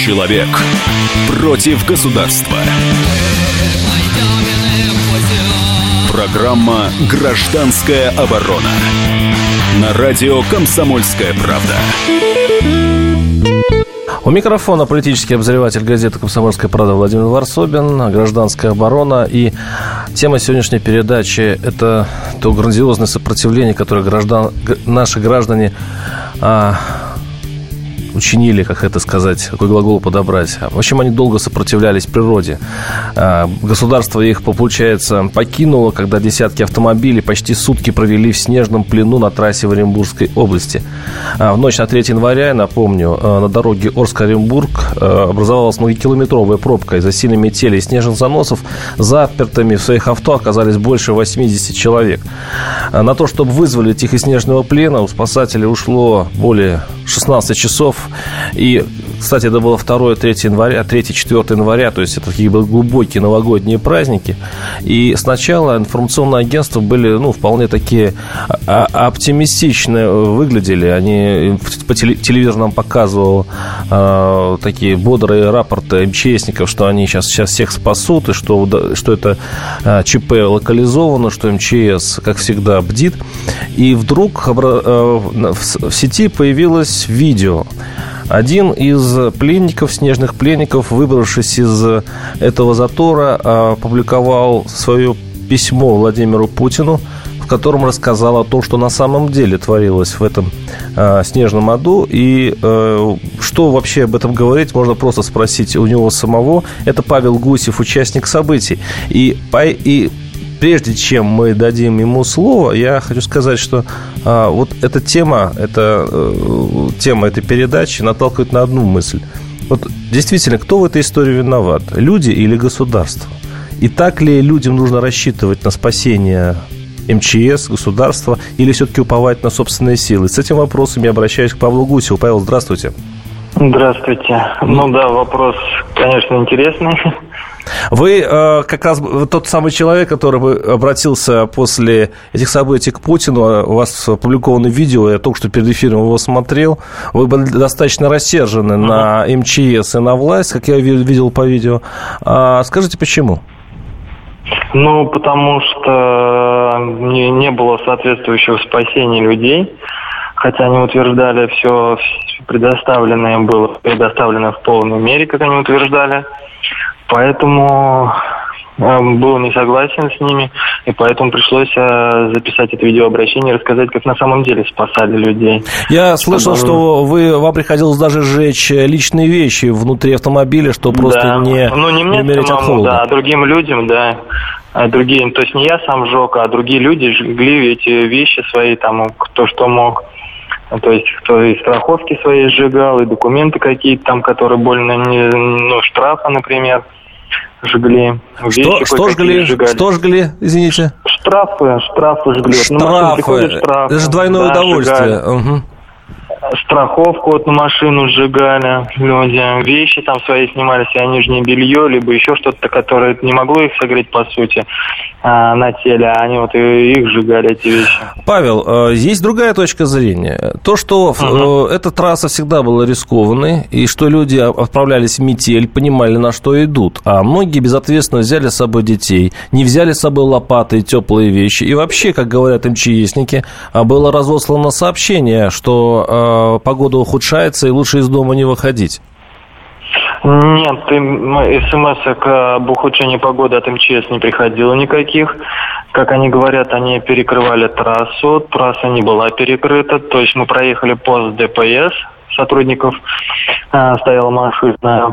Человек против государства. Программа «Гражданская оборона» на радио «Комсомольская правда». У микрофона политический обозреватель газеты «Комсомольская правда» Владимир Варсобин, «Гражданская оборона». И тема сегодняшней передачи – это то грандиозное сопротивление, которое наши граждане учинили, как это сказать, какой глагол подобрать. В общем, они долго сопротивлялись природе. Государство их, получается, покинуло, когда десятки автомобилей почти сутки провели в снежном плену на трассе в Оренбургской области. В ночь на 3 января, напомню, на дороге Орск-Оренбург образовалась многокилометровая пробка. Из-за сильной метели и снежных заносов запертыми в своих авто оказались больше 80 человек. На то, чтобы вызволить их из снежного плена, у спасателей ушло более 16 часов. И, кстати, это было 2-3 января, 3-4 января, то есть это такие были глубокие новогодние праздники. И сначала информационные агентства были, вполне такие оптимистичные выглядели. Они по телевизору нам показывал такие бодрые рапорты МЧСников, что они сейчас всех спасут, и что это ЧП локализовано, что МЧС, как всегда, бдит. И вдруг в сети появилось видео. Один из пленников, снежных пленников, выбравшись из этого затора, опубликовал свое письмо Владимиру Путину, в котором рассказал о том, что на самом деле творилось в этом снежном аду. И что вообще об этом говорить, можно просто спросить у него самого. Это Павел Гусев, участник событий. И прежде чем мы дадим ему слово, я хочу сказать, что вот эта тема этой передачи наталкивает на одну мысль. Вот действительно, кто в этой истории виноват? Люди или государство? И так ли людям нужно рассчитывать на спасение МЧС, государства, или все-таки уповать на собственные силы? С этим вопросом я обращаюсь к Павлу Гусеву. Павел, здравствуйте. Здравствуйте. Вопрос, конечно, интересный. Вы как раз тот самый человек, который обратился после этих событий к Путину. У вас опубликовано видео, я только что перед эфиром его смотрел. Вы были достаточно рассержены на МЧС и на власть, как я видел по видео. Скажите, почему? Потому что не было соответствующего спасения людей. Хотя они утверждали, все предоставленное было предоставлено в полной мере, как они утверждали. Поэтому был не согласен с ними, и поэтому пришлось записать это видеообращение и рассказать, как на самом деле спасали людей. Я слышал, что вам приходилось даже сжечь личные вещи внутри автомобиля, чтобы просто не мне умереть от холода. Да, другим людям, да. Другие, то есть не я сам сжег, а другие люди жгли эти вещи свои, кто что мог. То есть кто и страховки свои сжигал, и документы какие-то там, которые больно штрафы, например, жгли. Что жгли, извините? Штрафы жгли. Штрафы. Это же двойное удовольствие. Угу. Страховку на машину сжигали люди, вещи там свои снимали, себе нижнее белье, либо еще что-то, которое не могло их согреть, по сути, на теле, а они их сжигали, эти вещи. Павел, есть другая точка зрения. То, что эта трасса всегда была рискованной, и что люди отправлялись в метель, понимали, на что идут, а многие безответственно взяли с собой детей, не взяли с собой лопаты и теплые вещи, и вообще, как говорят МЧСники, было разослано сообщение, что погода ухудшается и лучше из дома не выходить. Нет, смс-ок об ухудшении погоды от МЧС не приходило никаких. Как они говорят, они перекрывали трассу. Трасса не была перекрыта. То есть мы проехали пост ДПС сотрудников. Стояла машина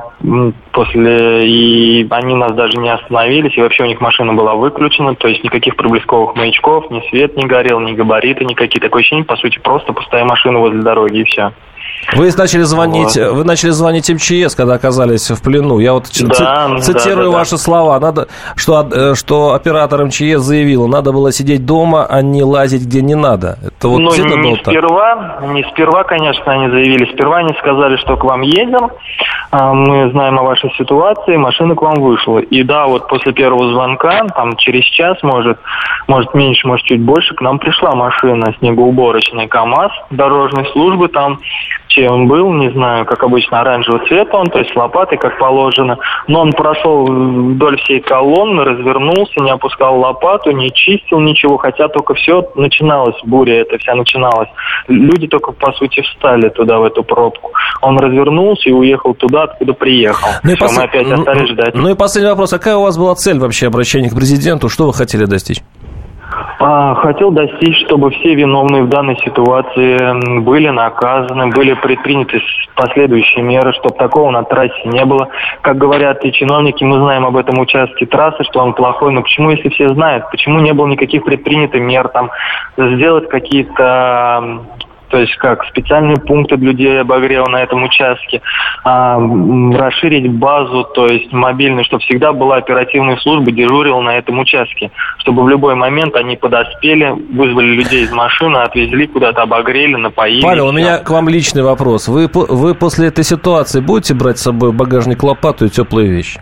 и они нас даже не остановились. И вообще у них машина была выключена. То есть никаких проблесковых маячков, ни свет не горел, ни габариты никакие. Такое ощущение, по сути, просто пустая машина возле дороги, и все. Вы начали звонить МЧС, когда оказались в плену. Я цитирую ваши слова. Что оператор МЧС заявил, надо было сидеть дома, а не лазить где не надо. Это не сперва, конечно, они заявили. Сперва они сказали, что к вам едем, мы знаем о вашей ситуации, машина к вам вышла. И да, вот после первого звонка, там через час, может меньше, может чуть больше, к нам пришла машина снегоуборочная КАМАЗ дорожной службы, там чей он был, не знаю, как обычно, оранжевого цвета он, то есть с лопатой, как положено. Но он прошел вдоль всей колонны, развернулся, не опускал лопату, не чистил ничего, хотя только все начиналось, буря эта вся начиналась. Люди только, по сути, встали туда, в эту пробку. Он развернулся и уехал туда, откуда приехал. Мы опять остались ждать. Ну и последний вопрос. Какая у вас была цель вообще обращения к президенту? Что вы хотели достичь? Хотел достичь, чтобы все виновные в данной ситуации были наказаны, были предприняты последующие меры, чтобы такого на трассе не было. Как говорят и чиновники, мы знаем об этом участке трассы, что он плохой, но почему, если все знают, почему не было никаких предпринятых мер, там, сделать какие-то... То есть как специальные пункты для людей обогрева на этом участке, расширить базу, то есть мобильную, чтобы всегда была оперативная служба, дежурила на этом участке, чтобы в любой момент они подоспели, вызвали людей из машины, отвезли куда-то, обогрели, напоили. Павел, у меня к вам личный вопрос. Вы после этой ситуации будете брать с собой в багажник лопату и теплые вещи?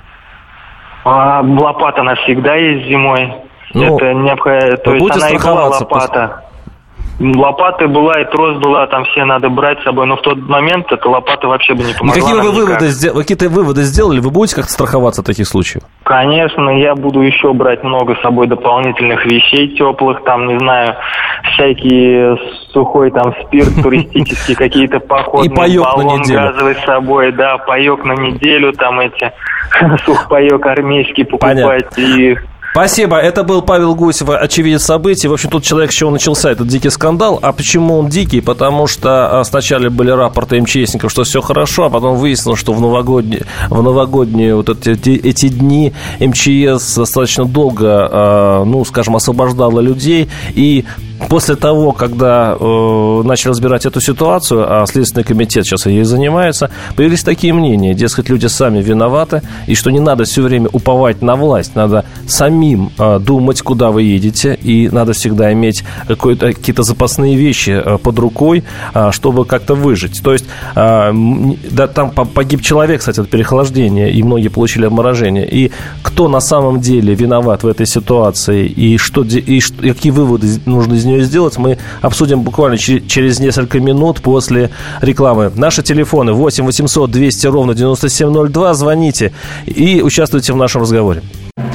Лопата она всегда есть зимой. Это необходимо. То есть она и была лопата. Лопата была и трос была, там все надо брать с собой, но в тот момент эта лопата вообще бы не помогла. Какие-то выводы сделали? Вы будете как-то страховаться от таких случаев? Конечно, я буду еще брать много с собой дополнительных вещей теплых, там, не знаю, всякий сухой там спирт туристический, какие-то походные, баллон газовый с собой, да, паек на неделю, там сухпаек армейский покупать и... Спасибо. Это был Павел Гусев, очевидец событий. В общем, тот человек, с чего начался этот дикий скандал. А почему он дикий? Потому что сначала были рапорты МЧСников, что все хорошо, а потом выяснилось, что в новогодние вот эти дни МЧС достаточно долго, освобождала людей. И после того, когда начали разбирать эту ситуацию, а Следственный комитет сейчас ей занимается, появились такие мнения. Дескать, люди сами виноваты, и что не надо все время уповать на власть, надо самим думать, куда вы едете, и надо всегда иметь какие-то запасные вещи под рукой, чтобы как-то выжить. То есть, там погиб человек, кстати, от переохлаждения, и многие получили обморожение. И кто на самом деле виноват в этой ситуации, и какие выводы нужно из нее сделать, мы обсудим буквально через несколько минут после рекламы. Наши телефоны 8 800 200 ровно 9702. Звоните и участвуйте в нашем разговоре.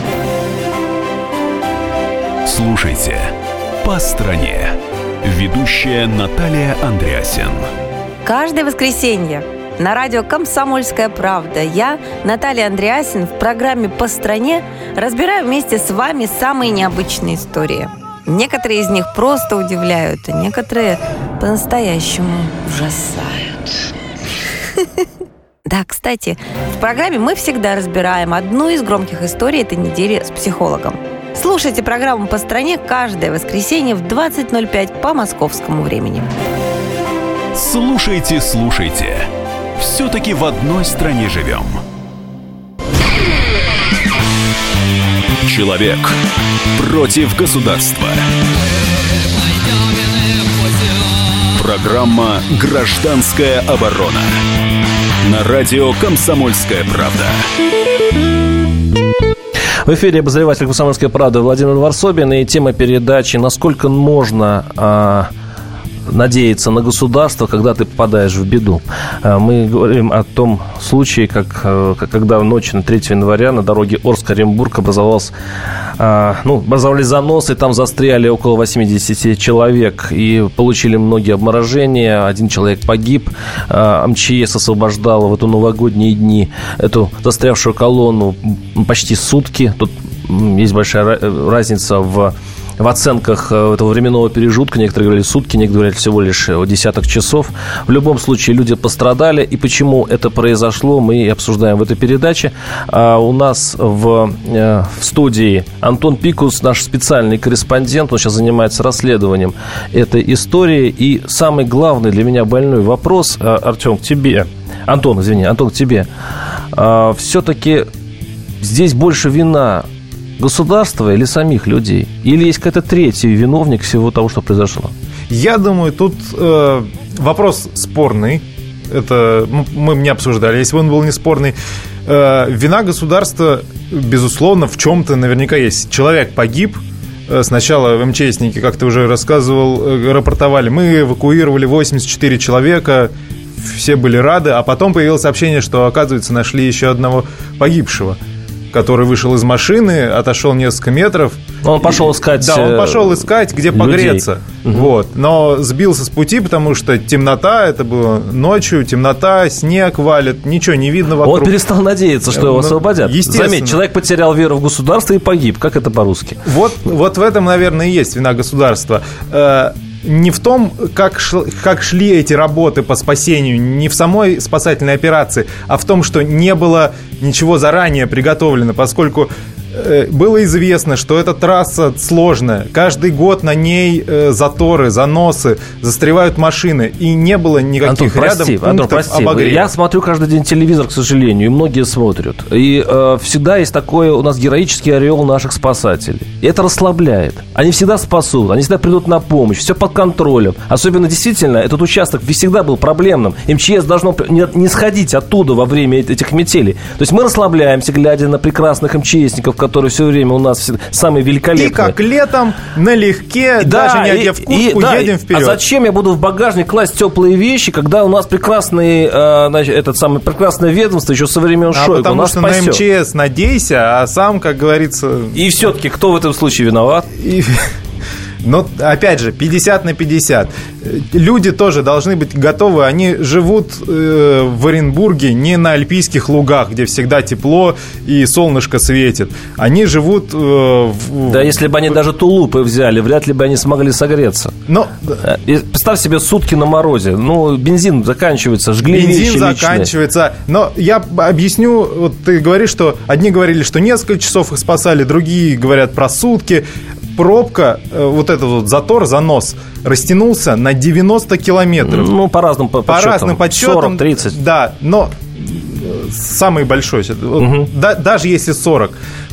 Слушайте «По стране». Ведущая Наталья Андреасен. Каждое воскресенье на радио «Комсомольская правда» я, Наталья Андреасен, в программе «По стране» разбираю вместе с вами самые необычные истории. Некоторые из них просто удивляют, а некоторые по-настоящему ужасают. Да, кстати, в программе мы всегда разбираем одну из громких историй этой недели с психологом. Слушайте программу «По стране» каждое воскресенье в 20:05 по московскому времени. Слушайте. Все-таки в одной стране живем. Человек против государства. Программа «Гражданская оборона». На радио «Комсомольская правда». В эфире обозреватель «Комсомольской правды» Владимир Варсобин, и тема передачи «Насколько можно надеяться на государство, когда ты попадаешь в беду». Мы говорим о том случае, когда ночью на 3 января на дороге Орск-Оренбург образовались заносы, там застряли около 80 человек и получили многие обморожения. Один человек погиб. МЧС освобождала в эту новогодние дни эту застрявшую колонну почти сутки. Тут есть большая разница в оценках этого временного пережитка. Некоторые говорили сутки, некоторые говорили всего лишь десяток часов. В любом случае люди пострадали. И почему это произошло, мы и обсуждаем в этой передаче. У нас в студии Антон Пикус, наш специальный корреспондент. Он сейчас занимается расследованием этой истории. И самый главный для меня больной вопрос, Антон, к тебе. Все-таки здесь больше вина государства или самих людей? Или есть какой-то третий виновник всего того, что произошло? Я думаю, тут вопрос спорный. Это мы не обсуждали. Если бы он был не спорный, вина государства, безусловно, в чем-то наверняка есть. Человек погиб. Сначала МЧСники, как ты уже рассказывал, рапортовали. Мы эвакуировали 84 человека. все были рады, а потом появилось сообщение, что, оказывается, нашли еще одного погибшего, который вышел из машины, отошел несколько метров. Он пошел искать. Да, он пошел искать, где людей погреться. Вот. Но сбился с пути, потому что темнота, это было ночью, темнота, снег валит, ничего не видно вокруг. Он перестал надеяться, что его освободят. Заметь, человек потерял веру в государство и погиб. Как это по-русски? Вот в этом, наверное, и есть вина государства. Не в том, как шли эти работы по спасению, не в самой спасательной операции, а в том, что не было ничего заранее приготовлено, поскольку было известно, что эта трасса сложная. Каждый год на ней заторы, заносы, застревают машины. И не было никаких пунктов обогрева. Я смотрю каждый день телевизор, к сожалению, и многие смотрят. И всегда есть такой у нас героический ореол наших спасателей. И это расслабляет. Они всегда спасут, они всегда придут на помощь, все под контролем. Особенно, действительно, этот участок всегда был проблемным. МЧС должно не сходить оттуда во время этих метелей. То есть мы расслабляемся, глядя на прекрасных МЧСников, которые все время у нас самые великолепные. И как летом, налегке, даже не одев куртку, едем вперед. А зачем я буду в багажник класть теплые вещи, когда у нас прекрасное ведомство еще со времен Шойгу? Потому что спасет. На МЧС надейся, а сам, как говорится... И все-таки кто в этом случае виноват? Но, опять же, 50 на 50. Люди тоже должны быть готовы. Они живут в Оренбурге не на альпийских лугах, где всегда тепло и солнышко светит. Они живут... Да, если бы они даже тулупы взяли, вряд ли бы они смогли согреться. Но... Представь себе сутки на морозе. Бензин заканчивается, жгли вещи личные. Бензин заканчивается. Но я объясню. Вот ты говоришь, что одни говорили, что несколько часов их спасали, другие говорят про сутки. Пробка, вот этот вот затор, занос, растянулся на 90 километров. По разным подсчетам. 40-30. Да, но самый большой, даже если 40,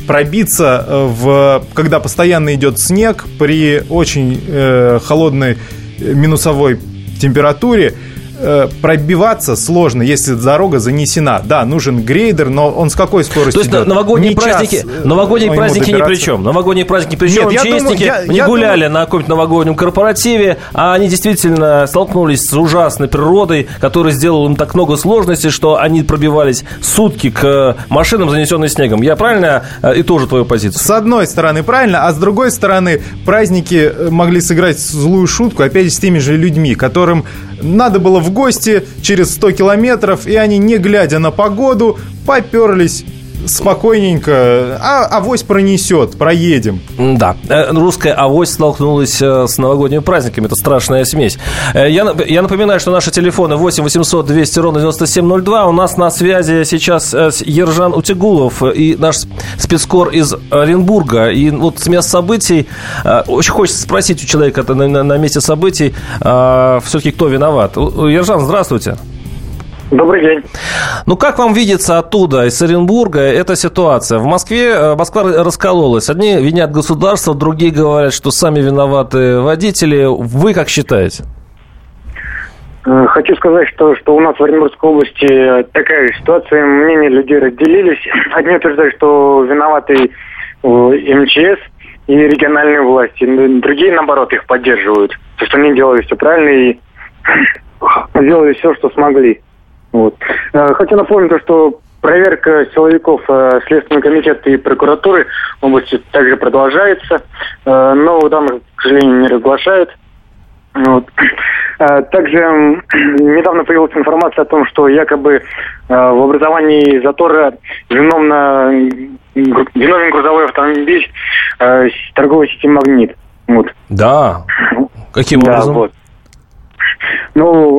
пробиться, когда постоянно идет снег, при очень холодной минусовой температуре, пробиваться сложно, если дорога занесена. Да, нужен грейдер, но он с какой скоростью идет? То есть новогодние праздники ни при чем. Новогодние праздники ни при чем. МЧСники не гуляли на каком-нибудь новогоднем корпоративе, а они действительно столкнулись с ужасной природой, которая сделала им так много сложностей, что они пробивались сутки к машинам, занесенным снегом. Я правильно итожу твою позицию? С одной стороны правильно, а с другой стороны праздники могли сыграть злую шутку, опять с теми же людьми, которым надо было в гости через 100 километров, и они, не глядя на погоду, поперлись спокойненько. Авось пронесет, проедем. Да, русская авось столкнулась с новогодними праздниками. Это страшная смесь. Я напоминаю, что наши телефоны 8 800 200 ровно 9702. У нас на связи сейчас Ержан Утегулов и наш спецкор из Оренбурга. И вот с места событий очень хочется спросить у человека на месте событий, все-таки кто виноват. Ержан, здравствуйте. Добрый день. Как вам видится оттуда, из Оренбурга, эта ситуация? В Москва раскололась. Одни винят государство, другие говорят, что сами виноваты водители. Вы как считаете? Хочу сказать, что у нас в Оренбургской области такая ситуация. Мнения людей разделились. Одни утверждают, что виноваты МЧС и региональные власти. Другие, наоборот, их поддерживают. То есть они делали все правильно и сделали все, что смогли. Вот. Хочу напомнить, что проверка силовиков Следственного комитета и прокуратуры в области также продолжается. Новых данных, к сожалению, не разглашают. Вот. Также недавно появилась информация о том, что якобы в образовании затора виновен грузовой автомобиль торговой сети «Магнит». Вот. Да. Каким образом? Вот.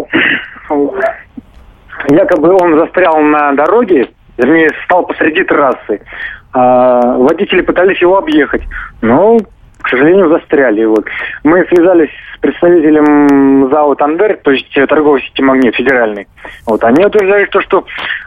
Якобы он застрял на дороге, вернее, стал посреди трассы. Водители пытались его объехать, но, к сожалению, застряли. Вот. Мы связались с представителем ЗАО «Тандер», то есть торговой сети «Магнит» федеральной. Вот. Они утверждают, что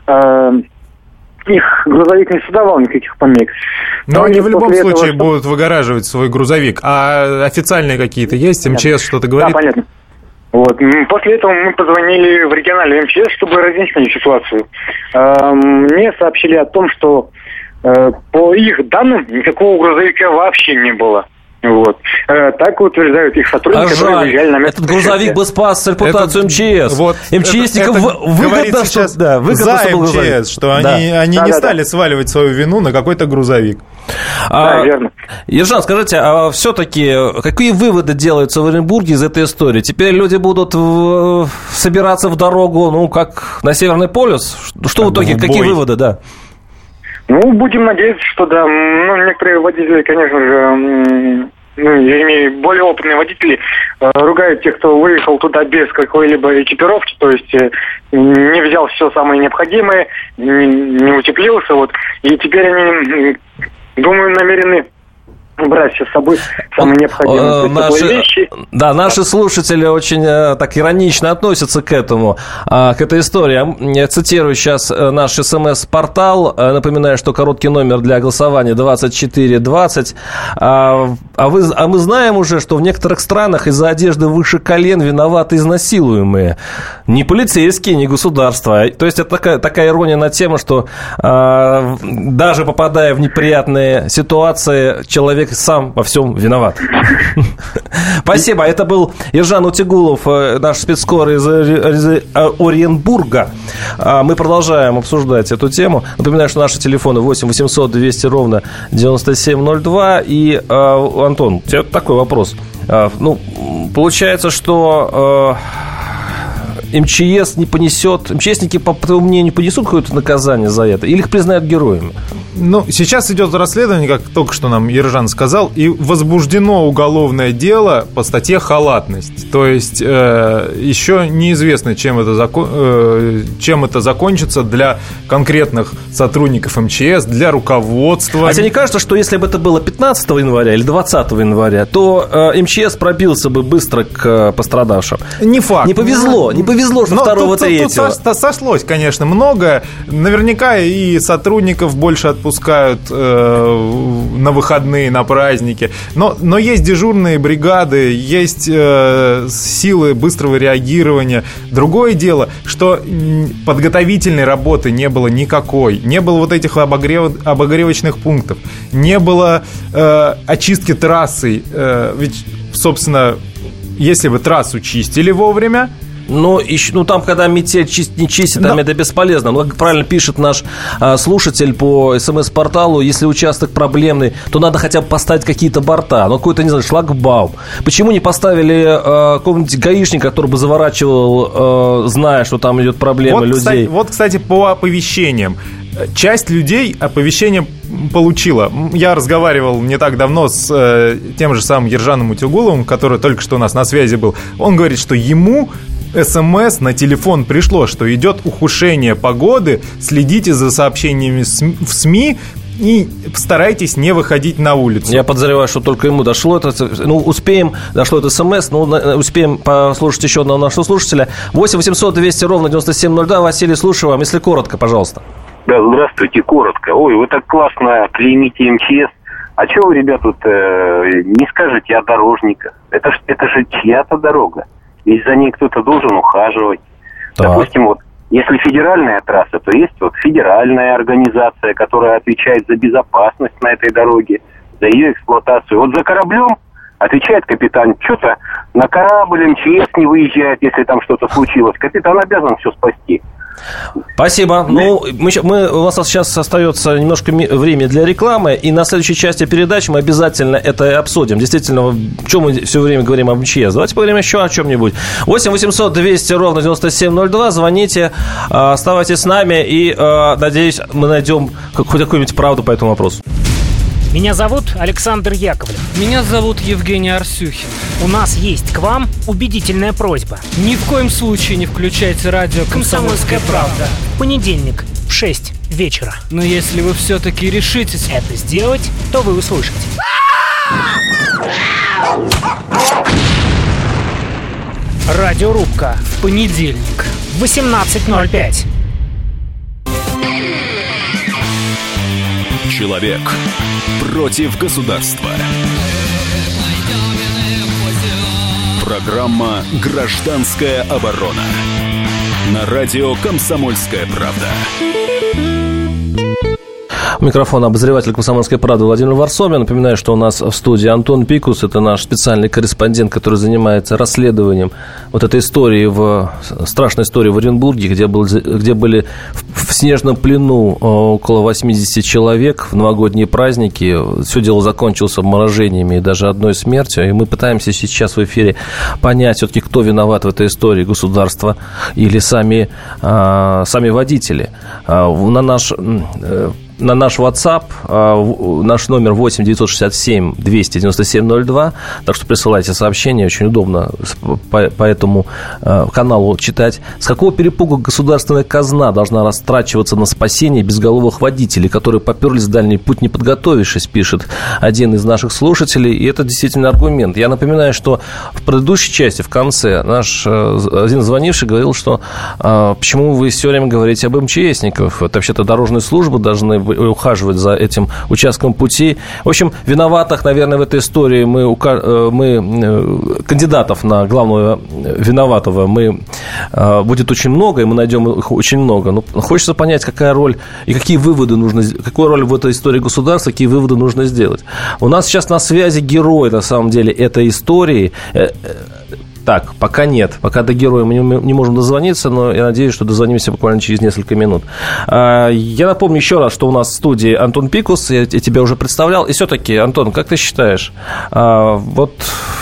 их грузовик не создавал никаких помех. Но они в любом случае будут выгораживать свой грузовик. А официальные какие-то есть? МЧС что-то говорит? Да, понятно. Вот. После этого мы позвонили в региональный МЧС, чтобы разъяснить ситуацию. Мне сообщили о том, что по их данным никакого грузовика вообще не было. Вот. Так утверждают их сотрудники, которые выезжали на место этот грузовик бы спас репутацию МЧС. Вот, МЧСникам выгодно, сейчас что за МЧС, что они не стали сваливать свою вину на какой-то грузовик. Да, верно. Ержан, скажите, а все-таки какие выводы делаются в Оренбурге из этой истории? Теперь люди будут собираться в дорогу, ну, как на Северный полюс? Что в итоге, какие выводы, да? Ну, будем надеяться, что да. Ну, некоторые водители, конечно же, я имею более опытные водители, ругают тех, кто выехал туда без какой-либо экипировки, то есть не взял все самое необходимое, не утеплился, вот. И теперь они, думаю, намерены брать все с собой самые необходимые вещи. Да, наши слушатели очень так иронично относятся к этому, к этой истории. Я цитирую сейчас наш СМС-портал. Напоминаю, что короткий номер для голосования 2420. А мы знаем уже, что в некоторых странах из-за одежды выше колен виноваты изнасилуемые. Не полицейские, не государство. То есть это такая ирония на тему, что даже попадая в неприятные ситуации, человек сам во всем виноват. Спасибо. Это был Ержан Утегулов, наш спецкор из Оренбурга. Мы продолжаем обсуждать эту тему. Напоминаю, что наши телефоны 8 800 200 ровно 9702. И, Антон, у тебя такой вопрос. Получается, что МЧСники, по твоему мнению, понесут какое-то наказание за это? Или их признают героями? Ну, сейчас идет расследование, как только что нам Ержан сказал, и возбуждено уголовное дело по статье «Халатность». То есть еще неизвестно, чем это закончится для конкретных сотрудников МЧС, для руководства. А тебе не кажется, что если бы это было 15 января или 20 января, то МЧС пробился бы быстро к пострадавшим? Не факт. Не повезло, что 2-3. Тут сошлось, конечно, много. Наверняка и сотрудников больше отпускают на выходные, на праздники. Но есть дежурные бригады, есть силы быстрого реагирования. Другое дело, что подготовительной работы не было никакой. Не было вот этих обогревочных пунктов. Не было очистки трассы. Ведь, собственно, если бы трассу чистили вовремя, там, когда метель не чистит, там это бесполезно. Но, как правильно пишет наш слушатель по СМС-порталу, если участок проблемный, то надо хотя бы поставить какие-то борта. Какой-то, не знаю, шлагбаум. Почему не поставили какого-нибудь гаишника, который бы заворачивал, зная, что там идет проблема людей? Кстати, по оповещениям. Часть людей оповещение получила. Я разговаривал не так давно с тем же самым Ержаном Утегуловым, который только что у нас на связи был. Он говорит, что ему СМС на телефон пришло, что идет ухудшение погоды, следите за сообщениями в СМИ и старайтесь не выходить на улицу. Я подозреваю, что только ему дошло это. Дошло это СМС, успеем послушать еще одного нашего слушателя. 8 800 200 ровно 9702. Василий, слушаю вам, если коротко, пожалуйста. Да, здравствуйте, коротко. Ой, вы так классно клеймите МЧС. А чего вы, ребят, тут не скажете о дорожниках? Это же чья-то дорога. Ведь за ней кто-то должен ухаживать. Так. Допустим, если федеральная трасса, то есть федеральная организация, которая отвечает за безопасность на этой дороге, за ее эксплуатацию. За кораблем отвечает капитан. Что-то на корабль МЧС не выезжает, если там что-то случилось. Капитан обязан все спасти. Спасибо. У нас сейчас остается немножко времени для рекламы, и на следующей части передачи мы обязательно это обсудим. Действительно, чем мы все время говорим об МЧС. Давайте поговорим еще о чем-нибудь. 8 800 200 ровно 9702. Звоните, оставайтесь с нами, и, надеюсь, мы найдем хоть какую-нибудь правду по этому вопросу. Меня зовут Александр Яковлев. Меня зовут Евгений Арсюхин. У нас есть к вам убедительная просьба. Ни в коем случае не включайте радио «Комсомольская правда». В понедельник в 6 вечера. Но если вы все-таки решитесь это сделать, то вы услышите. Радиорубка. В понедельник. В 18:05. Человек против государства. Программа «Гражданская оборона». На радио «Комсомольская правда». Микрофон обозреватель «Комсомольской правды» Владимир Варсобин. Напоминаю, что у нас в студии Антон Пикус. Это наш специальный корреспондент, который занимается расследованием вот этой истории, страшной истории в Оренбурге, где были в снежном плену около 80 человек в новогодние праздники. Все дело закончилось обморожениями и даже одной смертью. И мы пытаемся сейчас в эфире понять все-таки, кто виноват в этой истории, государство или сами водители. На наш WhatsApp, наш номер 8 967 297 02. Так что присылайте сообщения, очень удобно по этому каналу читать. С какого перепугу государственная казна должна растрачиваться на спасение безголовых водителей, которые поперлись в дальний путь, не подготовившись, пишет один из наших слушателей. И это действительно аргумент. Я напоминаю, что в предыдущей части, в конце, наш один звонивший говорил, что почему вы все время говорите об МЧСниках? Это вообще-то дорожные службы должны ухаживать за этим участком пути. В общем, виноватых, наверное, в этой истории мы кандидатов на главного виноватого будет очень много, и мы найдем их очень много. Но хочется понять, какая роль и какую роль в этой истории государства, какие выводы нужно сделать. У нас сейчас на связи герой, на самом деле, этой истории. Так, пока нет. Пока до героя мы не можем дозвониться, но я надеюсь, что дозвонимся буквально через несколько минут. Я напомню еще раз, что у нас в студии Антон Пикус. Я тебя уже представлял. И все-таки, Антон, как ты считаешь, вот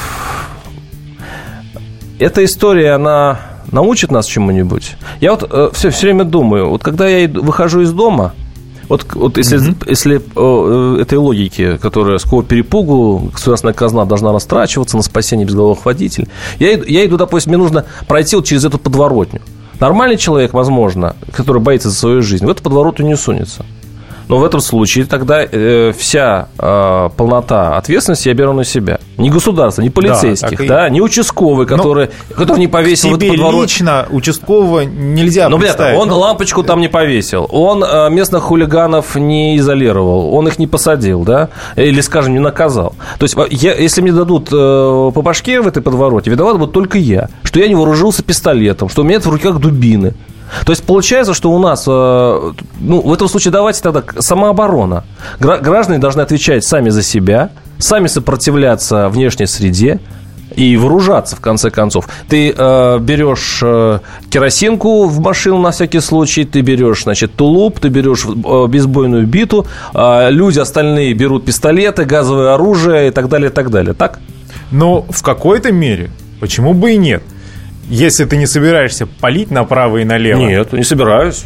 эта история, она научит нас чему-нибудь? Я вот все время думаю, вот когда я выхожу из дома, вот если этой логики, которая с какого перепугу государственная казна должна растрачиваться на спасение безголовых водителей, я иду, допустим, мне нужно пройти вот через эту подворотню. Нормальный человек, возможно, который боится за свою жизнь, в эту подворотню не сунется. Но в этом случае тогда вся полнота ответственности я беру на себя. Не государство, не полицейских, не участковый, который не повесил в эту подворотню. Тебе лично участкового нельзя представить. Он лампочку там не повесил, он местных хулиганов не изолировал, он их не посадил, да, или, скажем, не наказал. То есть, если мне дадут по башке в этой подворотне, виноват буду только я, что я не вооружился пистолетом, что у меня в руках дубины. То есть, получается, что у нас, в этом случае давайте тогда самооборона. Граждане должны отвечать сами за себя, сами сопротивляться внешней среде и вооружаться, в конце концов. Ты берешь керосинку в машину на всякий случай, ты берешь, тулуп, ты берешь бейсбольную биту, люди остальные берут пистолеты, газовое оружие и так далее, так? Но в какой-то мере, почему бы и нет? Если ты не собираешься палить направо и налево. Нет, не собираюсь.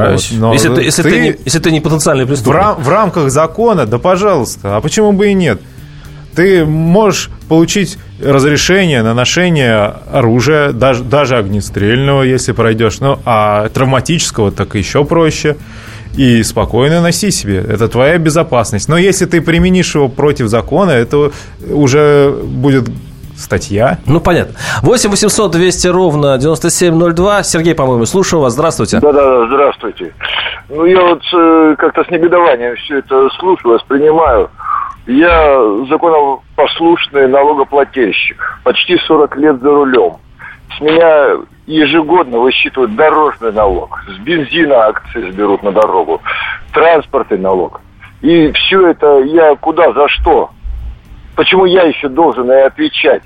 Если ты не потенциальный преступник. В рамках закона, да пожалуйста. А почему бы и нет? Ты можешь получить разрешение на ношение оружия, даже огнестрельного, если пройдешь. А травматического так еще проще. И спокойно носи себе. Это твоя безопасность. Но если ты применишь его против закона, это уже будет... статья. Понятно. 8 800 200 ровно 9702. Сергей, по-моему, слушаю вас. Здравствуйте. Да, здравствуйте. Я вот как-то с негодованием все это слушаю, воспринимаю. Я законопослушный налогоплательщик. Почти 40 лет за рулем. С меня ежегодно высчитывают дорожный налог. С бензина акции сберут на дорогу. Транспортный налог. И все это я куда, за что? Почему я еще должен и отвечать?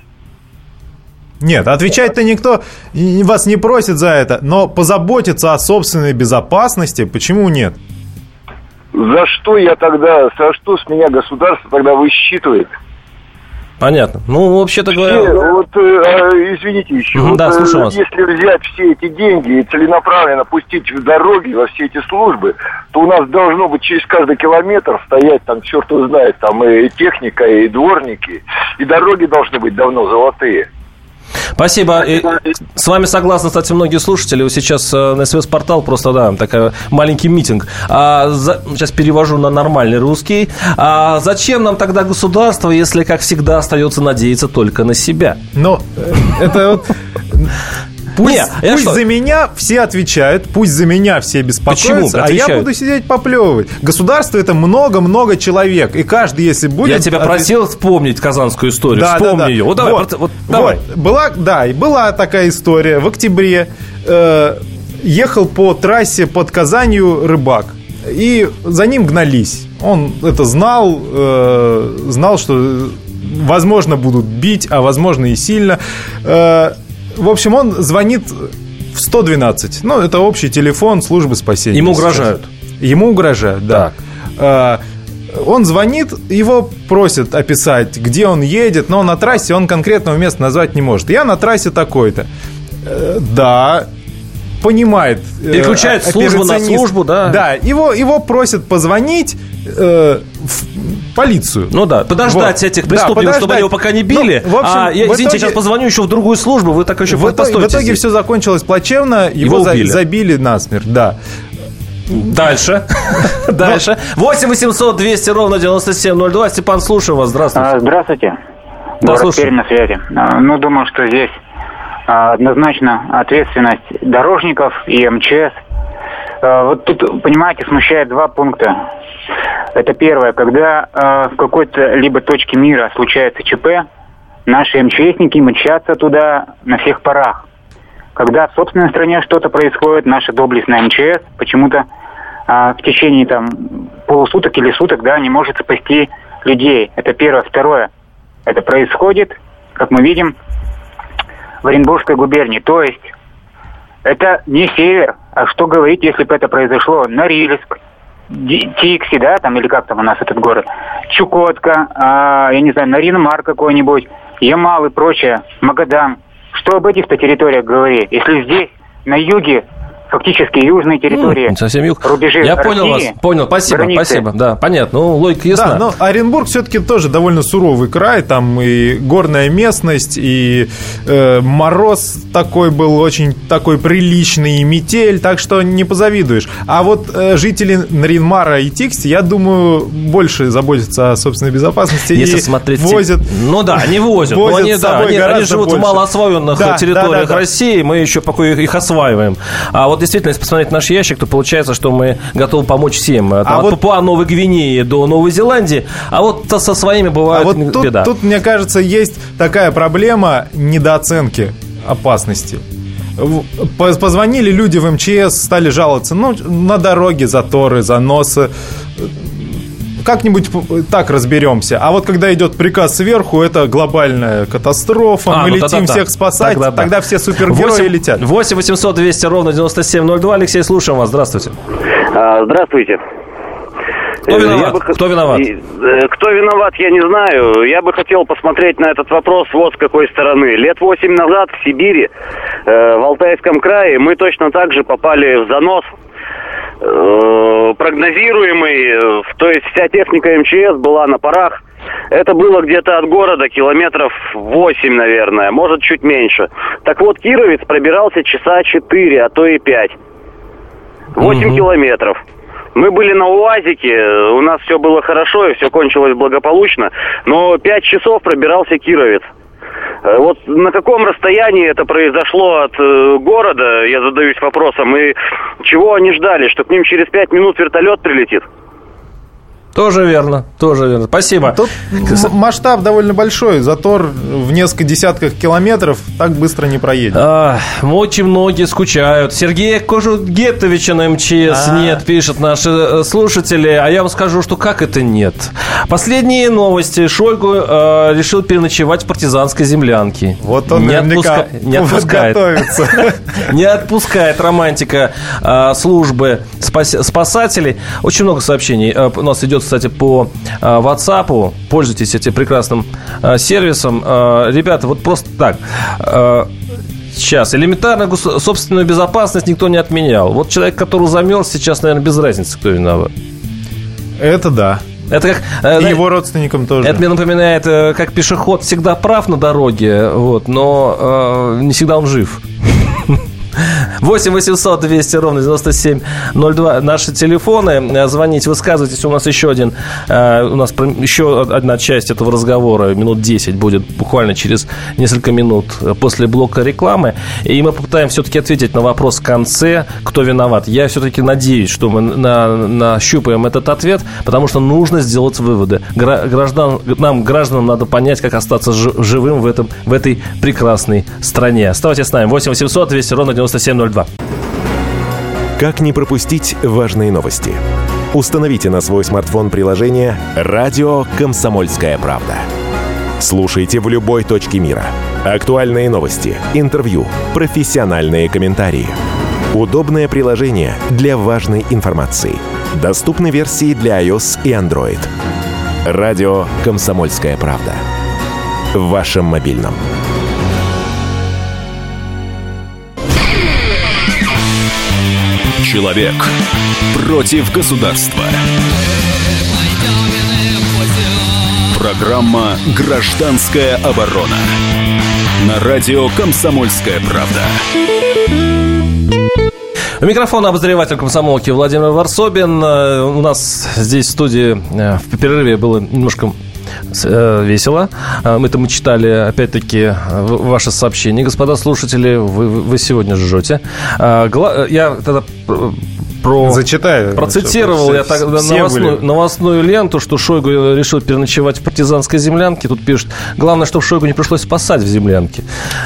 Нет, отвечать-то никто вас не просит за это, но позаботиться о собственной безопасности, почему нет? За что с меня государство тогда высчитывает? Понятно. Вообще-то говоря... извините еще. Слушаю вас. Если взять все эти деньги и целенаправленно пустить в дороги, во все эти службы, то у нас должно быть через каждый километр стоять, черт его знает, и техника, и дворники, и дороги должны быть давно золотые. Спасибо. И с вами согласны, кстати, многие слушатели. Вот сейчас на СВС-портал просто, такой маленький митинг. Сейчас перевожу на нормальный русский. Зачем нам тогда государство, если, как всегда, остается надеяться только на себя? Это Пусть за меня все отвечают, пусть за меня все беспокоятся, а я буду сидеть поплевывать. Государство — это много-много человек, и каждый, если будет... Я тебя просил вспомнить казанскую историю, вспомни ее. Давай. Была такая история в октябре. Ехал по трассе под Казанью рыбак. и за ним гнались. Он это знал, что, возможно, будут бить, а возможно и сильно. В общем, он звонит в 112. Ну, это общий телефон службы спасения. Ему угрожают? Ему угрожают, да. Он звонит, его просят описать, где он едет, но на трассе он конкретного места назвать не может. Я на трассе такой-то. Да, понимает. Переключает службу на службу, да. Да, его просят позвонить в полицию. Ну да, подождать этих преступников, чтобы они его пока не били. Ну, в общем, извините, сейчас позвоню еще в другую службу, вы так еще постойте. В итоге все закончилось плачевно, его забили насмерть, да. Дальше. 8 800 200 ровно 9702. Степан, слушаю вас. Здравствуйте. Здравствуйте. Да, слушаю. На связи. Ну, думаю, что здесь однозначно ответственность дорожников и МЧС. Вот тут, понимаете, смущает два пункта. Это первое, когда в какой-то либо точке мира случается ЧП, наши МЧСники мчатся туда на всех парах. Когда в собственной стране что-то происходит, наша доблестная МЧС почему-то в течение полусуток или суток, не может спасти людей. Это первое. Второе. Это происходит, как мы видим, в Оренбургской губернии. То есть это не север. А что говорить, если бы это произошло? Норильск, Тикси, или как там у нас этот город, Чукотка, я не знаю, Нарьян-Мар какой-нибудь, Ямал и прочее, Магадан. Что об этих-то территориях говорить? Если здесь, на юге, фактически южные территории, совсем юг. Рубежи Я России, понял вас, спасибо, границы. спасибо. Да, понятно, логика ясна. Да, но Оренбург все-таки тоже довольно суровый край, там и горная местность, и мороз такой был, очень такой приличный, и метель, так что не позавидуешь. А вот жители Нарьян-Мара и Тикси, я думаю, больше заботятся о собственной безопасности. Если и смотреть... возят... Ну да, они возят. Они живут в малоосвоенных территориях России, мы еще пока их осваиваем. А вот действительно, если посмотреть наш ящик, то получается, что мы готовы помочь всем. От Папуа-Новой Гвинеи до Новой Зеландии. А вот со своими бывает беда. Тут, мне кажется, есть такая проблема недооценки опасности. Позвонили люди в МЧС, стали жаловаться. На дороге заторы, заносы. Как-нибудь так разберемся. А вот когда идет приказ сверху, это глобальная катастрофа. Мы летим всех спасать, тогда все супергерои летят. 8 800 200 ровно 9702. Алексей, слушаем вас. Здравствуйте. Здравствуйте. Кто виноват? Кто виноват? Кто виноват, я не знаю. Я бы хотел посмотреть на этот вопрос вот с какой стороны. Лет 8 назад в Сибири, в Алтайском крае, мы точно так же попали в занос. Прогнозируемый, то есть вся техника МЧС была на парах. Это было где-то от города километров 8, наверное, может чуть меньше. Так вот, Кировец пробирался часа 4, а то и 5. 8 километров. Мы были на УАЗике, у нас все было хорошо и все кончилось благополучно, но 5 часов пробирался Кировец. Вот на каком расстоянии это произошло от города, я задаюсь вопросом, и чего они ждали, что к ним через 5 минут вертолет прилетит? Тоже верно. Спасибо. Тут масштаб довольно большой. Затор в несколько десятков километров так быстро не проедет. Очень многие скучают. Сергея Кожугетовича на МЧС нет, пишут наши слушатели. А я вам скажу, что как это нет. Последние новости. Шойгу решил переночевать в партизанской землянке. Вот он наверняка готовится. Не отпускает романтика службы спасателей. Очень много сообщений у нас идет, кстати, по WhatsApp. Пользуйтесь этим прекрасным сервисом. Ребята, вот просто так. Сейчас. Элементарную собственную безопасность никто не отменял. Вот человек, который замерз, сейчас, наверное, без разницы, кто виноват. Это да. Это как, и его родственникам тоже. Это мне напоминает, как пешеход всегда прав на дороге, но не всегда он жив. 8 800 200 ровно 9702. Наши телефоны. Звоните, высказывайтесь. У нас еще одна часть этого разговора. Минут 10 будет буквально через несколько минут после блока рекламы. И мы попытаемся все-таки ответить на вопрос в конце, кто виноват. Я все-таки надеюсь, что мы нащупаем этот ответ, потому что нужно сделать выводы. Гражданам надо понять, как остаться живым в этой прекрасной стране. Оставайтесь с нами. 8 800 200 ровно 9702. Как не пропустить важные новости? Установите на свой смартфон приложение «Радио Комсомольская правда». Слушайте в любой точке мира. Актуальные новости, интервью, профессиональные комментарии. Удобное приложение для важной информации. Доступны версии для iOS и Android. «Радио Комсомольская правда». В вашем мобильном. Человек против государства. Программа «Гражданская оборона». На радио «Комсомольская правда». У микрофона обозреватель комсомолки Владимир Варсобин. У нас здесь в студии в перерыве было немножко весело. Мы читали, опять-таки, ваши сообщения, господа слушатели. Вы сегодня жжете. Я тогда процитировал я новостную ленту, что Шойгу решил переночевать в партизанской землянке. Тут пишут, главное, чтобы Шойгу не пришлось спасать в землянке.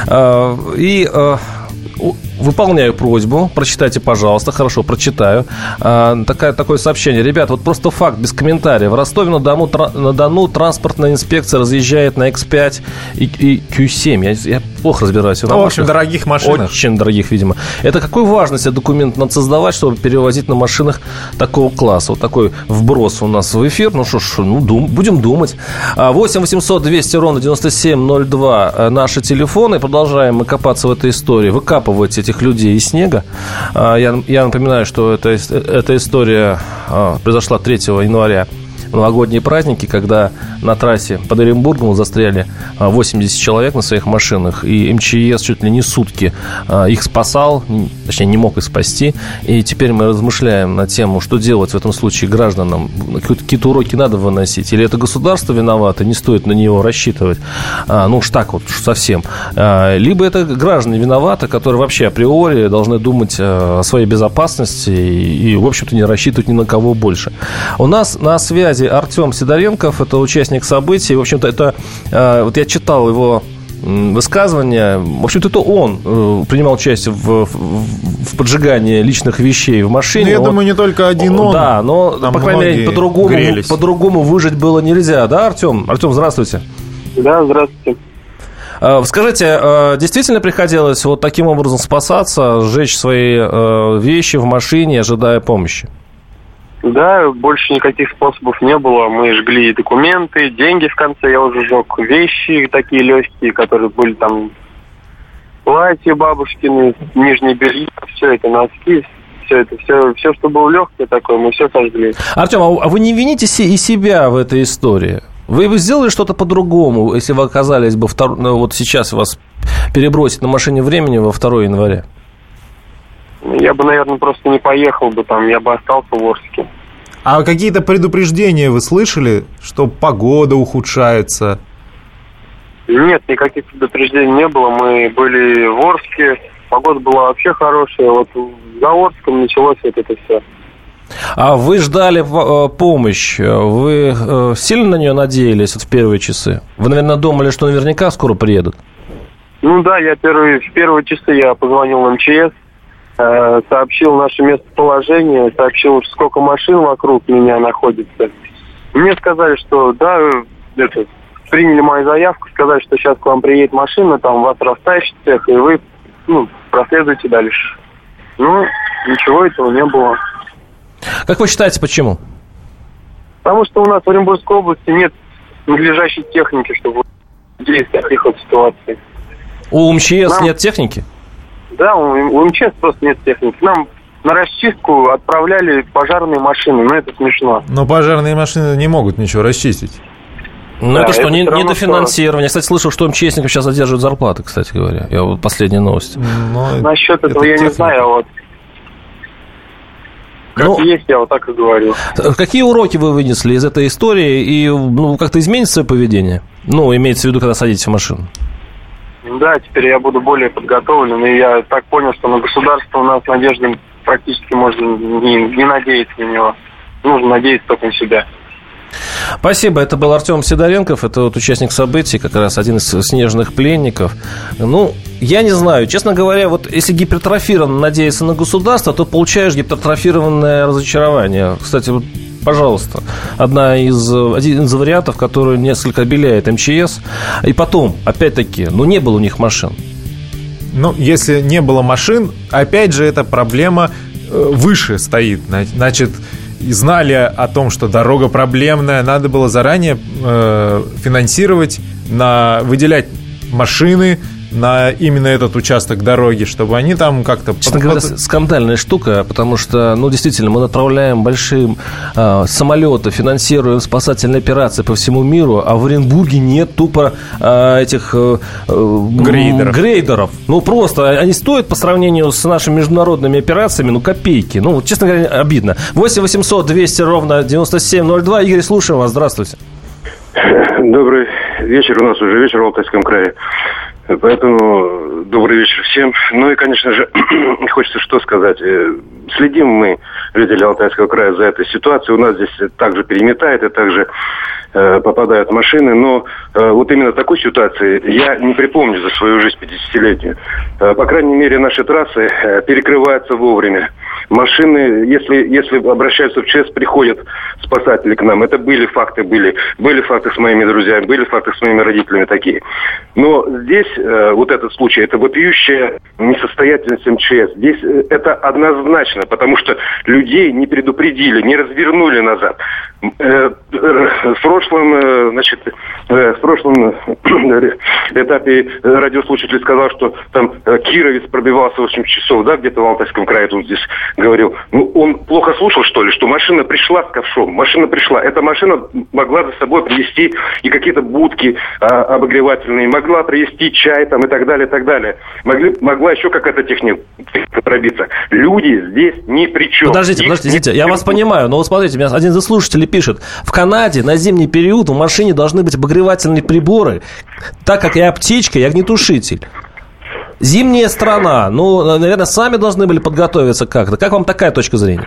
Выполняю просьбу, прочитайте, пожалуйста. Хорошо, прочитаю. Такое сообщение. Ребята, вот просто факт, без комментариев. В Ростове-на-Дону транспортная инспекция разъезжает на X5 и Q7. Я плохо разбираюсь. В общем, дорогих машинах. Очень дорогих, видимо. Это какой важности документ надо создавать, чтобы перевозить на машинах такого класса? Вот такой вброс у нас в эфир. Ну что ж, будем думать. 8 800 200 ровно 9702 наши телефоны. Продолжаем мы копаться в этой истории. Выкапывать этих людей из снега. Я напоминаю, что эта история произошла 3 января. Новогодние праздники, когда на трассе под Оренбургом застряли 80 человек на своих машинах, и МЧС чуть ли не сутки их спасал, точнее, не мог их спасти. И теперь мы размышляем на тему, что делать в этом случае гражданам. Какие-то уроки надо выносить. Или это государство виновато, не стоит на него рассчитывать. Ну уж так вот, совсем. Либо это граждане виноваты, которые вообще априори должны думать о своей безопасности и в общем-то, не рассчитывать ни на кого больше. У нас на связи Артем Сидоренков, это участник событий. В общем-то, это вот я читал его высказывание. В общем-то, это он принимал участие в поджигании личных вещей в машине. Ну, я думаю, не только один он. Да, но, по крайней мере, по-другому выжить было нельзя. Да, Артем? Артем, здравствуйте. Да, здравствуйте. Скажите, действительно приходилось вот таким образом спасаться, сжечь свои вещи в машине, ожидая помощи? Да, больше никаких способов не было. Мы жгли документы, деньги в конце я уже сжег, вещи такие легкие, которые были там, платья бабушкины, нижнее белье, все это, носки, все, что было легкое такое, мы все сожгли. Артем, а вы не вините и себя в этой истории? Вы бы сделали что-то по-другому, если вы оказались бы вот сейчас вас перебросить на машине времени во 2 января? Я бы, наверное, просто не поехал бы там, я бы остался в Орске. А какие-то предупреждения вы слышали, что погода ухудшается? Нет, никаких предупреждений не было. Мы были в Орске, погода была вообще хорошая. Вот за Орском началось вот это все. А вы ждали помощь? Вы сильно на нее надеялись в первые часы? Вы, наверное, думали, что наверняка скоро приедут? Ну да, в первые часы я позвонил в МЧС, сообщил наше местоположение, сообщил, сколько машин вокруг меня находится. Мне сказали, что да, приняли мою заявку, сказали, что сейчас к вам приедет машина, там вас растащит всех, и вы проследуйте дальше. Ну, ничего этого не было. Как вы считаете, почему? Потому что у нас в Оренбургской области нет надлежащей техники, чтобы действовать в таких вот ситуациях. У МЧС нет техники? Да, у МЧС просто нет техники. Нам на расчистку отправляли пожарные машины, но это смешно. Но пожарные машины не могут ничего расчистить. Ну, да, это что, недофинансирование? Я, кстати, слышал, что МЧСников сейчас задерживают зарплаты, кстати говоря. Вот последняя новость. Насчет этого я не знаю, а вот как есть, я вот так и говорю. Какие уроки вы вынесли из этой истории и как-то изменится свое поведение? Ну, имеется в виду, когда садитесь в машину. Да, теперь я буду более подготовлен, и я так понял, что на государство у нас надежды практически можно не надеяться на него. Нужно надеяться только на себя. Спасибо. Это был Артем Сидоренков, это вот участник событий, как раз один из снежных пленников. Ну, Я не знаю. Честно говоря, вот если гипертрофированно надеяться на государство, то получаешь гипертрофированное разочарование. Кстати, вот, пожалуйста, один из вариантов, который несколько обеляет МЧС. И потом, опять-таки, не было у них машин. Если не было машин, опять же, эта проблема выше стоит. Значит, знали о том, что дорога проблемная, надо было заранее финансировать, выделять машины на именно этот участок дороги, чтобы они там как-то... Честно говоря, скандальная штука, потому что, действительно, мы направляем большие самолеты, финансируем спасательные операции по всему миру, а в Оренбурге нет тупо этих грейдеров. Просто они стоят по сравнению с нашими международными операциями, копейки. Честно говоря, обидно. 8 800 200 ровно 9702. Игорь, слушаем вас. Здравствуйте. Добрый вечер. У нас уже вечер в Алтайском крае. Поэтому добрый вечер всем. И, конечно же, хочется что сказать. Следим мы, жители Алтайского края, за этой ситуацией. У нас здесь также переметает и также попадают машины. Но вот именно такой ситуации я не припомню за свою жизнь 50-летнюю. По крайней мере, наши трассы перекрываются вовремя. Машины, если обращаются в ЧС, приходят спасатели к нам. Это были факты с моими друзьями, были факты с моими родителями такие. Но здесь вот этот случай, это вопиющая несостоятельность МЧС. Здесь это однозначно, потому что людей не предупредили, не развернули назад. В прошлом этапе радиослушатель сказал, что там Кировец пробивался 8 часов, где-то в Алтайском крае тут здесь говорил. Он плохо слушал, что ли, что машина пришла с ковшом. Машина пришла. Эта машина могла за собой привезти и какие-то будки обогревательные, могла привезти чай там и так далее, и так далее. Могла еще какая-то техника пробиться. Люди здесь ни при чем. Подождите, я вас понимаю, но вот смотрите, меня один из слушателей пишет: в Канаде на зимний период в машине должны быть обогревательные приборы, так как и аптечка, и огнетушитель. Зимняя страна, наверное, сами должны были подготовиться как-то. Как вам такая точка зрения?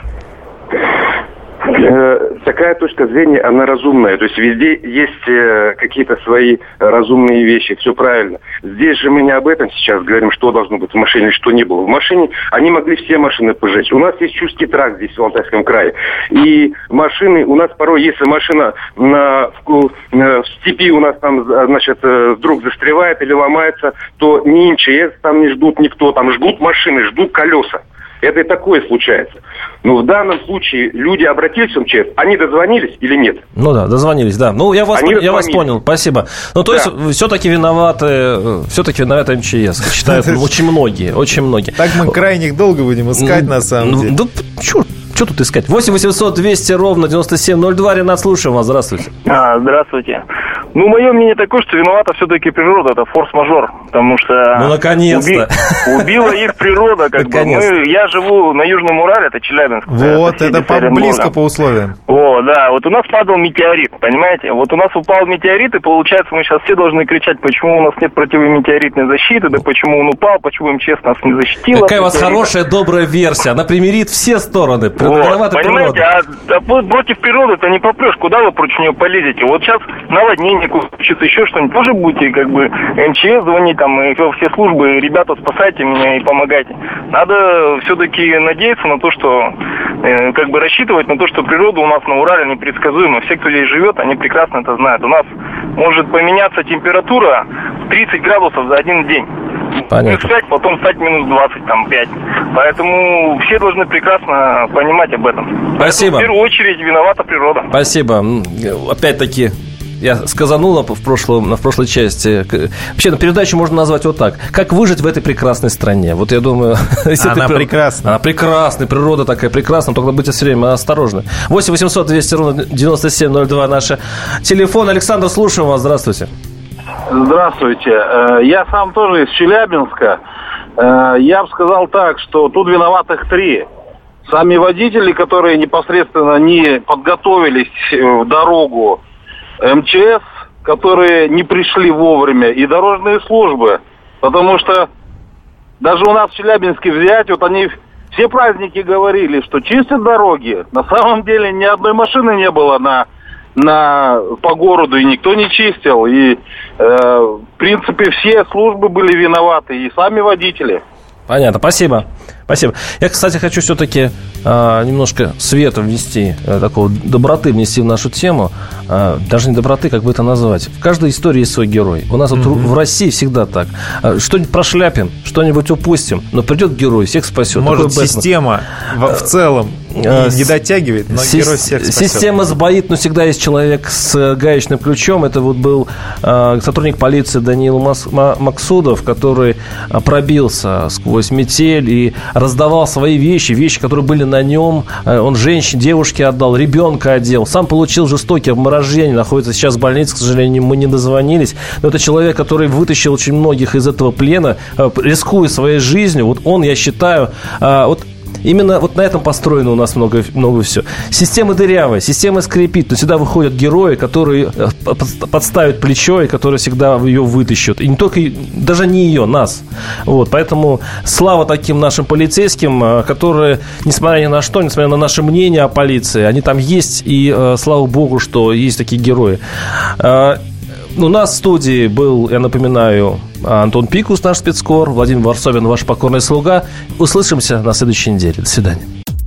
Такая точка зрения, она разумная. То есть везде есть какие-то свои разумные вещи, все правильно. Здесь же мы не об этом сейчас говорим, что должно быть в машине, что не было. В машине они могли все машины пожечь. У нас есть Чувский тракт здесь, в Алтайском крае. И машины, у нас порой, если машина в степи у нас там, вдруг застревает или ломается, то ни МЧС там не ждут никто, там ждут машины, ждут колеса. Это и такое случается. Но в данном случае люди обратились в МЧС, они дозвонились или нет? Дозвонились, да. Я вас понял, спасибо. То есть все-таки виноваты МЧС, считают очень многие. Так мы крайних долго будем искать, на самом деле. Что тут искать? 8 800 200 ровно 9702. Ренат, слушаем вас. Здравствуйте. Здравствуйте. Мое мнение такое, что виновата все-таки природа. Это форс-мажор. Потому что... наконец-то. Убила их природа. Я живу на Южном Урале, это Челябинск. Это близко по условиям. Да. Вот у нас падал метеорит, понимаете? Вот у нас упал метеорит, и получается, мы сейчас все должны кричать, почему у нас нет противометеоритной защиты, да почему он упал, почему МЧС нас не защитила. Какая у вас хорошая, добрая версия. Она примирит все стороны. Понимаете, против природы-то не попрешь, куда вы против нее полезете? Вот сейчас наводнение случится, еще что-нибудь, тоже будете МЧС звонить, и все службы, ребята, спасайте меня и помогайте. Надо все-таки надеяться на то, что, рассчитывать на то, что природа у нас на Урале непредсказуема. Все, кто здесь живет, они прекрасно это знают. У нас может поменяться температура 30 градусов за один день. Понятно. Потом стать минус 20, 5. Поэтому все должны прекрасно понимать об этом. Спасибо. В первую очередь виновата природа. Спасибо. Опять-таки, я сказанула в прошлой части. Вообще, передачу можно назвать вот так: как выжить в этой прекрасной стране. Вот я думаю... Она прекрасна. Она прекрасна, природа такая прекрасна, только будьте все время осторожны. 8 800 200 ровно 9702 наши телефон. Александр, слушаем вас. Здравствуйте. Здравствуйте. Я сам тоже из Челябинска. Я бы сказал так, что тут виноватых 3. Сами водители, которые непосредственно не подготовились в дорогу, МЧС, которые не пришли вовремя, и дорожные службы. Потому что даже у нас в Челябинске взять, они все праздники говорили, что чистят дороги. На самом деле ни одной машины не было на по городу, и никто не чистил. И, в принципе, все службы были виноваты, и сами водители. Понятно, спасибо. Спасибо. Я, кстати, хочу все-таки немножко света внести, такого доброты внести в нашу тему. Даже не доброты, как бы это назвать. В каждой истории есть свой герой. У нас вот в России всегда так. Что-нибудь прошляпим, что-нибудь упустим, но придет герой, всех спасет. Может, система в целом не дотягивает, но герой всех спасет. Система сбоит, но всегда есть человек с гаечным ключом. Это вот был сотрудник полиции Даниил Максудов, который пробился сквозь метель и раздавал свои вещи, которые были на нем. Он девушке отдал, ребенка одел. Сам получил жестокие обморожения, находится сейчас в больнице, к сожалению, мы не дозвонились. Но это человек, который вытащил очень многих из этого плена, рискуя своей жизнью. Вот он, я считаю, именно вот на этом построено у нас много всего. Система дырявая, система скрипит, но всегда выходят герои, которые подставят плечо и которые всегда ее вытащат. И не только, даже не ее, нас. Вот, поэтому слава таким нашим полицейским, которые, несмотря ни на что, несмотря на наше мнение о полиции, они там есть, и слава богу, что есть такие герои. У нас в студии был, я напоминаю, Антон Пикус, наш спецкор, Владимир Варсобин, ваш покорный слуга. Услышимся на следующей неделе. До свидания.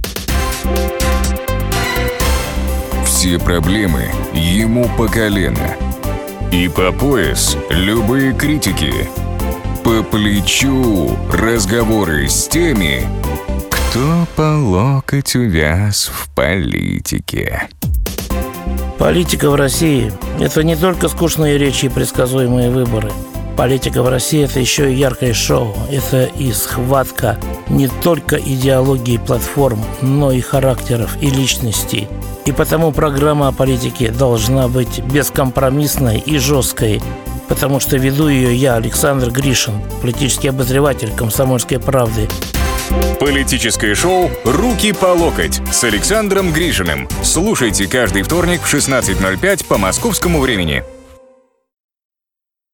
Все проблемы ему по колено. И по пояс любые критики. По плечу разговоры с теми, кто по локоть увяз в политике. Политика в России – это не только скучные речи и предсказуемые выборы. Политика в России – это еще и яркое шоу. Это и схватка не только идеологии платформ, но и характеров и личностей. И потому программа о политике должна быть бескомпромиссной и жесткой. Потому что веду ее я, Александр Гришин, политический обозреватель «Комсомольской правды». Политическое шоу «Руки по локоть» с Александром Гришиным. Слушайте каждый вторник в 16:05 по московскому времени.